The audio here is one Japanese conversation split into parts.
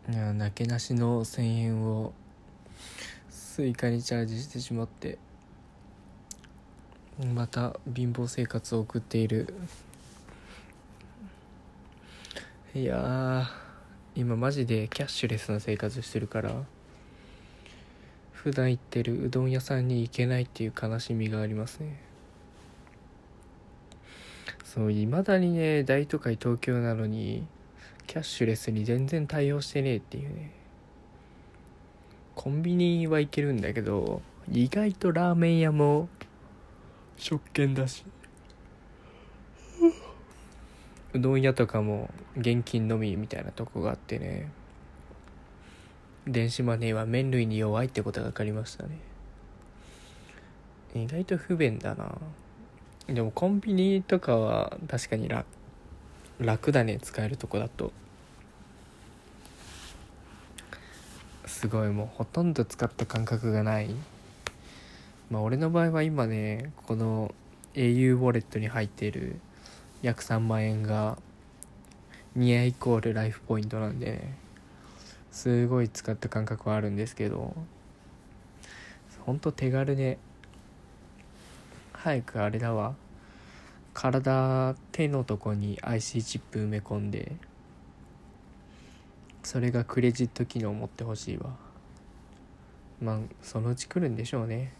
いや、なけなしの1000円をスイカにチャージしてしまってまた貧乏生活を送っている。いやー、今マジでキャッシュレスな生活してるから普段行ってるうどん屋さんに行けないっていう悲しみがありますね。そう、未だにね、大都会東京なのにキャッシュレスに全然対応してねえっていうね。コンビニは行けるんだけど意外とラーメン屋も食券だし、うどん屋とかも現金のみみたいなとこがあってね、電子マネーは麺類に弱いってことが分かりましたね。意外と不便だな。でもコンビニとかは確かに楽だね、使えるとこだと。すごい、もうほとんど使った感覚がない。まあ俺の場合は今ね、この au ウォレットに入っている約3万円がニアイコールライフポイントなんでね、すごい使った感覚はあるんですけど、ほんと手軽で、早くあれだわ、手のとこに IC チップ埋め込んで、それがクレジット機能を持ってほしいわ。まあそのうち来るんでしょうね。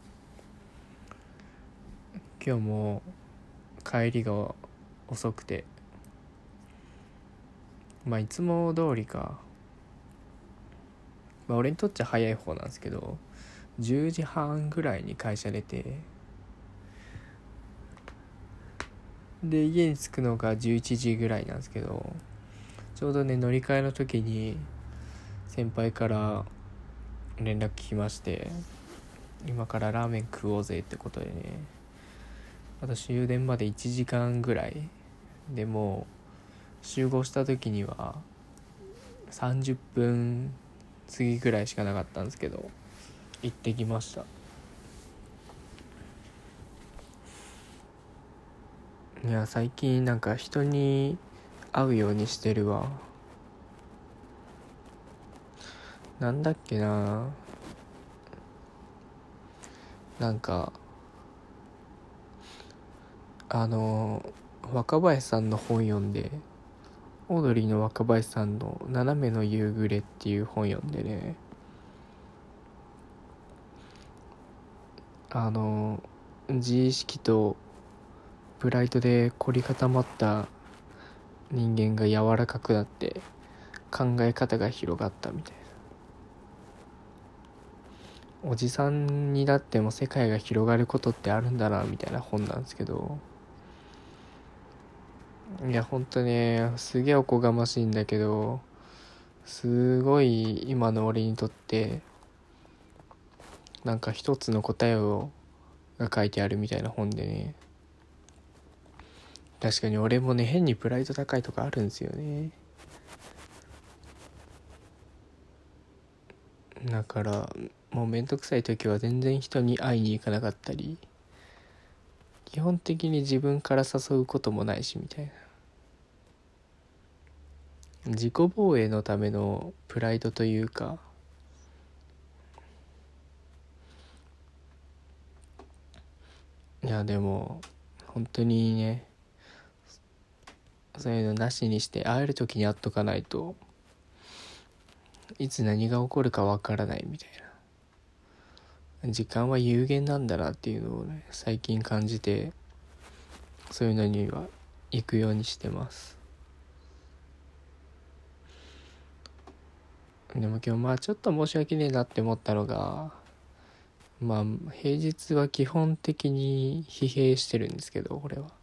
今日も帰りが遅くて、まあいつも通りか、まあ俺にとっちゃ早い方なんですけど、10時半ぐらいに会社出て、で家に着くのが11時ぐらいなんですけど、ちょうどね乗り換えの時に先輩から連絡来まして、今からラーメン食おうぜってことでね、私終電まで1時間ぐらいで、もう集合した時には30分過ぎぐらいしかなかったんですけど行ってきました。いや最近なんか人に会うようにしてるわ。なんだっけな、なんか若林さんの本読んで、オードリーの若林さんの斜めの夕暮れっていう本読んでね、自意識とプライドで凝り固まった人間が柔らかくなって考え方が広がったみたいな、おじさんになっても世界が広がることってあるんだなみたいな本なんですけど、いやほんとね、すげえおこがましいんだけど、すごい今の俺にとってなんか一つの答えが書いてあるみたいな本でね、確かに俺もね変にプライド高いとかあるんですよね。だからもうめんどくさい時は全然人に会いに行かなかったり、基本的に自分から誘うこともないしみたいな、自己防衛のためのプライドというか、いやでも本当にね、そういうのなしにして会える時に会っとかないといつ何が起こるかわからないみたいな、時間は有限なんだなっていうのをね最近感じて、そういうのには行くようにしてます。でも今日まあちょっと申し訳ねえなって思ったのが、まあ平日は基本的に疲弊してるんですけど、これは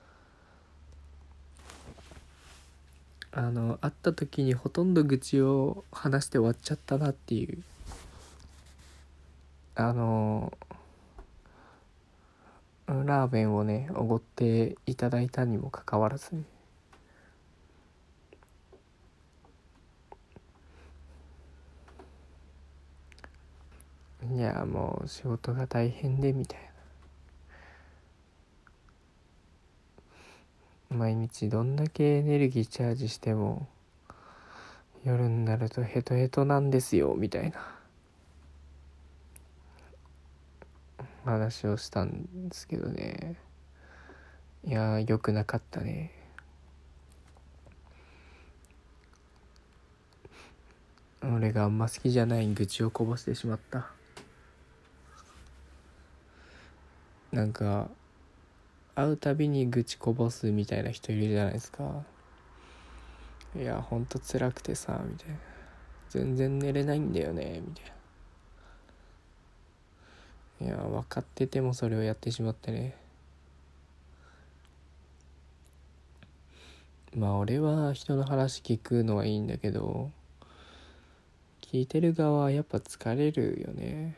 会った時にほとんど愚痴を話して終わっちゃったなっていう、ラーメンをねおごっていただいたにもかかわらずね、いやもう仕事が大変でみたいな、毎日どんだけエネルギーチャージしても夜になるとヘトヘトなんですよみたいな話をしたんですけどね。いやー、良くなかったね。俺があんま好きじゃない愚痴をこぼしてしまった。なんか会うたびに愚痴こぼすみたいな人いるじゃないですか。いやほんと辛くてさみたいな、全然寝れないんだよねみたいな。いや分かっててもそれをやってしまってね。まあ俺は人の話聞くのはいいんだけど、聞いてる側はやっぱ疲れるよね。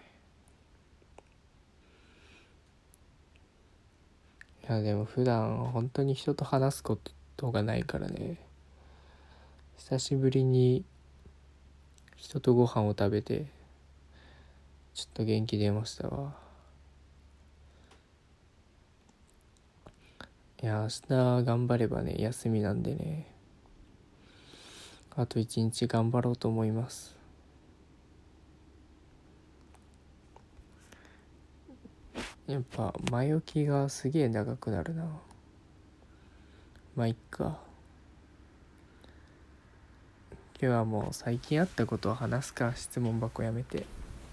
いやでも普段本当に人と話すことがないからね。久しぶりに人とご飯を食べてちょっと元気出ましたわ。いや明日頑張ればね、休みなんでね、あと一日頑張ろうと思います。やっぱ前置きがすげえ長くなるな。まあいっか。今日はもう最近あったことを話すか。質問箱やめて。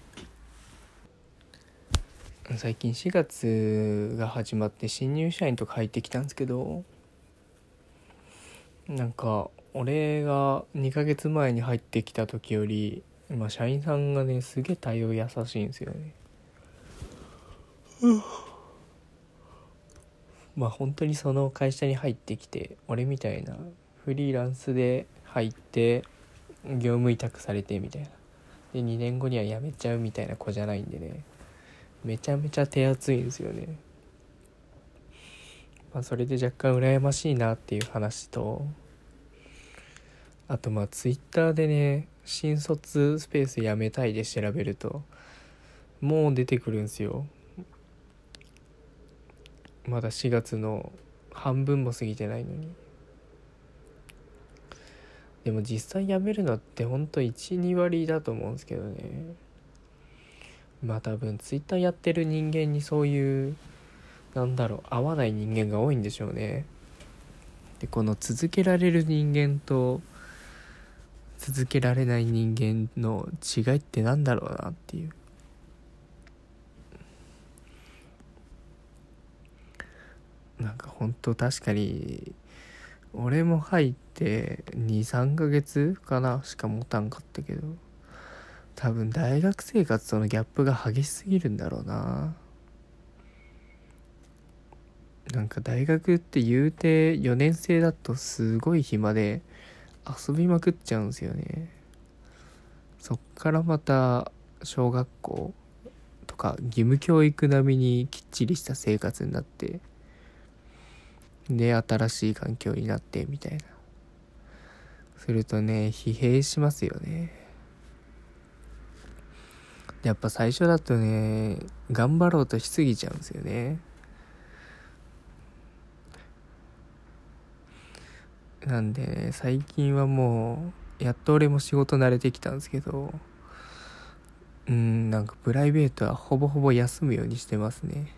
最近4月が始まって新入社員とか入ってきたんですけど、なんか俺が2ヶ月前に入ってきた時より今社員さんがねすげえ対応優しいんですよね。まあ本当にその会社に入ってきて、俺みたいなフリーランスで入って業務委託されてみたいなで2年後には辞めちゃうみたいな子じゃないんでね、めちゃめちゃ手厚いんですよね。まあそれで若干羨ましいなっていう話と、あとまあツイッターでね、新卒スペース辞めたいで調べるともう出てくるんですよ。まだ4月の半分も過ぎてないのに。でも実際辞めるのってほんと 1,2 割だと思うんですけどね。まあ多分ツイッターやってる人間にそういう合わない人間が多いんでしょうね。でこの続けられる人間と続けられない人間の違いってなんだろうなっていう。なんかほんと確かに俺も入って2、3ヶ月かなしか持たんかったけど、多分大学生活とのギャップが激しすぎるんだろうな。なんか大学って言うて4年生だとすごい暇で遊びまくっちゃうんですよね。そっからまた小学校とか義務教育並みにきっちりした生活になって、で新しい環境になってみたいなするとね、疲弊しますよね。やっぱ最初だとね頑張ろうとしすぎちゃうんですよね。なんでね、最近はもうやっと俺も仕事慣れてきたんですけど、なんかプライベートはほぼほぼ休むようにしてますね。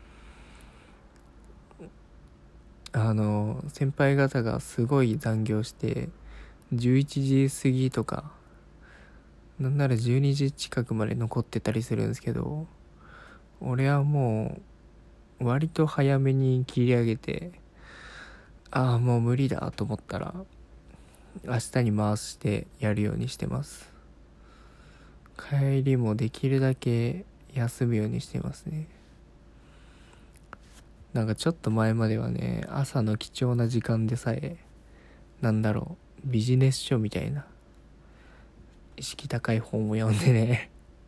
先輩方がすごい残業して11時過ぎとかなんなら12時近くまで残ってたりするんですけど、俺はもう割と早めに切り上げて、ああもう無理だと思ったら明日に回してやるようにしてます。帰りもできるだけ休むようにしてますね。なんかちょっと前まではね、朝の貴重な時間でさえビジネス書みたいな意識高い本を読んでね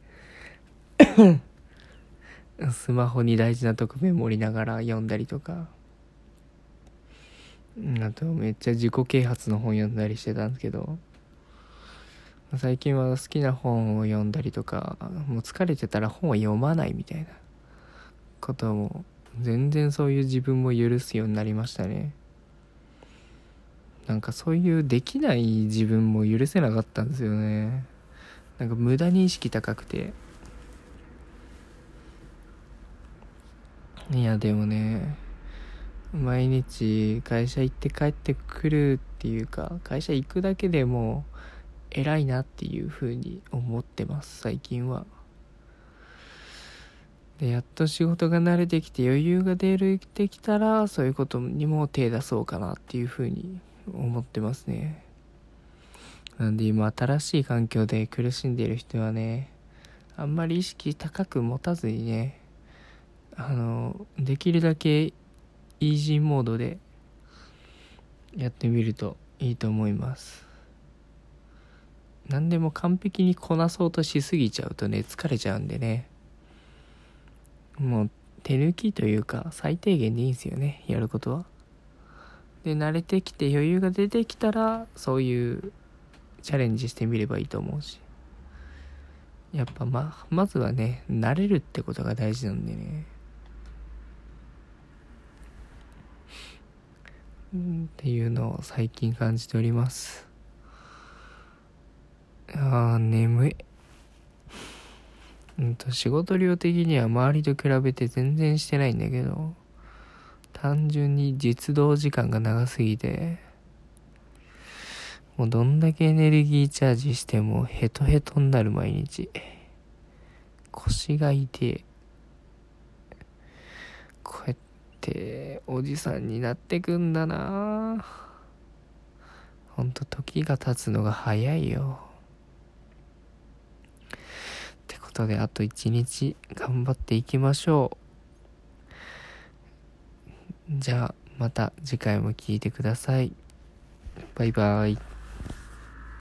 スマホに大事なとこメモりながら読んだりとか、あとめっちゃ自己啓発の本読んだりしてたんですけど、最近は好きな本を読んだりとか、もう疲れてたら本は読まないみたいなことも全然そういう自分も許すようになりましたね。 なんかそういうできない自分も許せなかったんですよね。なんか無駄に意識高くて。いやでもね、毎日会社行って帰ってくるっていうか、会社行くだけでも偉いなっていう風に思ってます最近は。でやっと仕事が慣れてきて余裕が出てきたら、そういうことにも手出そうかなっていう風に思ってますね。なんで今新しい環境で苦しんでいる人はね、あんまり意識高く持たずにね、できるだけイージーモードでやってみるといいと思います。何でも完璧にこなそうとしすぎちゃうとね、疲れちゃうんでね、もう手抜きというか最低限でいいんですよね、やることは。で慣れてきて余裕が出てきたら、そういうチャレンジしてみればいいと思うし、やっぱまずはね、慣れるってことが大事なんでね。っていうのを最近感じております。眠い。仕事量的には周りと比べて全然してないんだけど、単純に実動時間が長すぎて、もうどんだけエネルギーチャージしてもヘトヘトになる毎日。腰が痛い。こうやっておじさんになってくんだな。ほんと時が経つのが早いよ。ってことで、あと1日頑張っていきましょう。じゃあまた次回も聞いてください。バイバイ。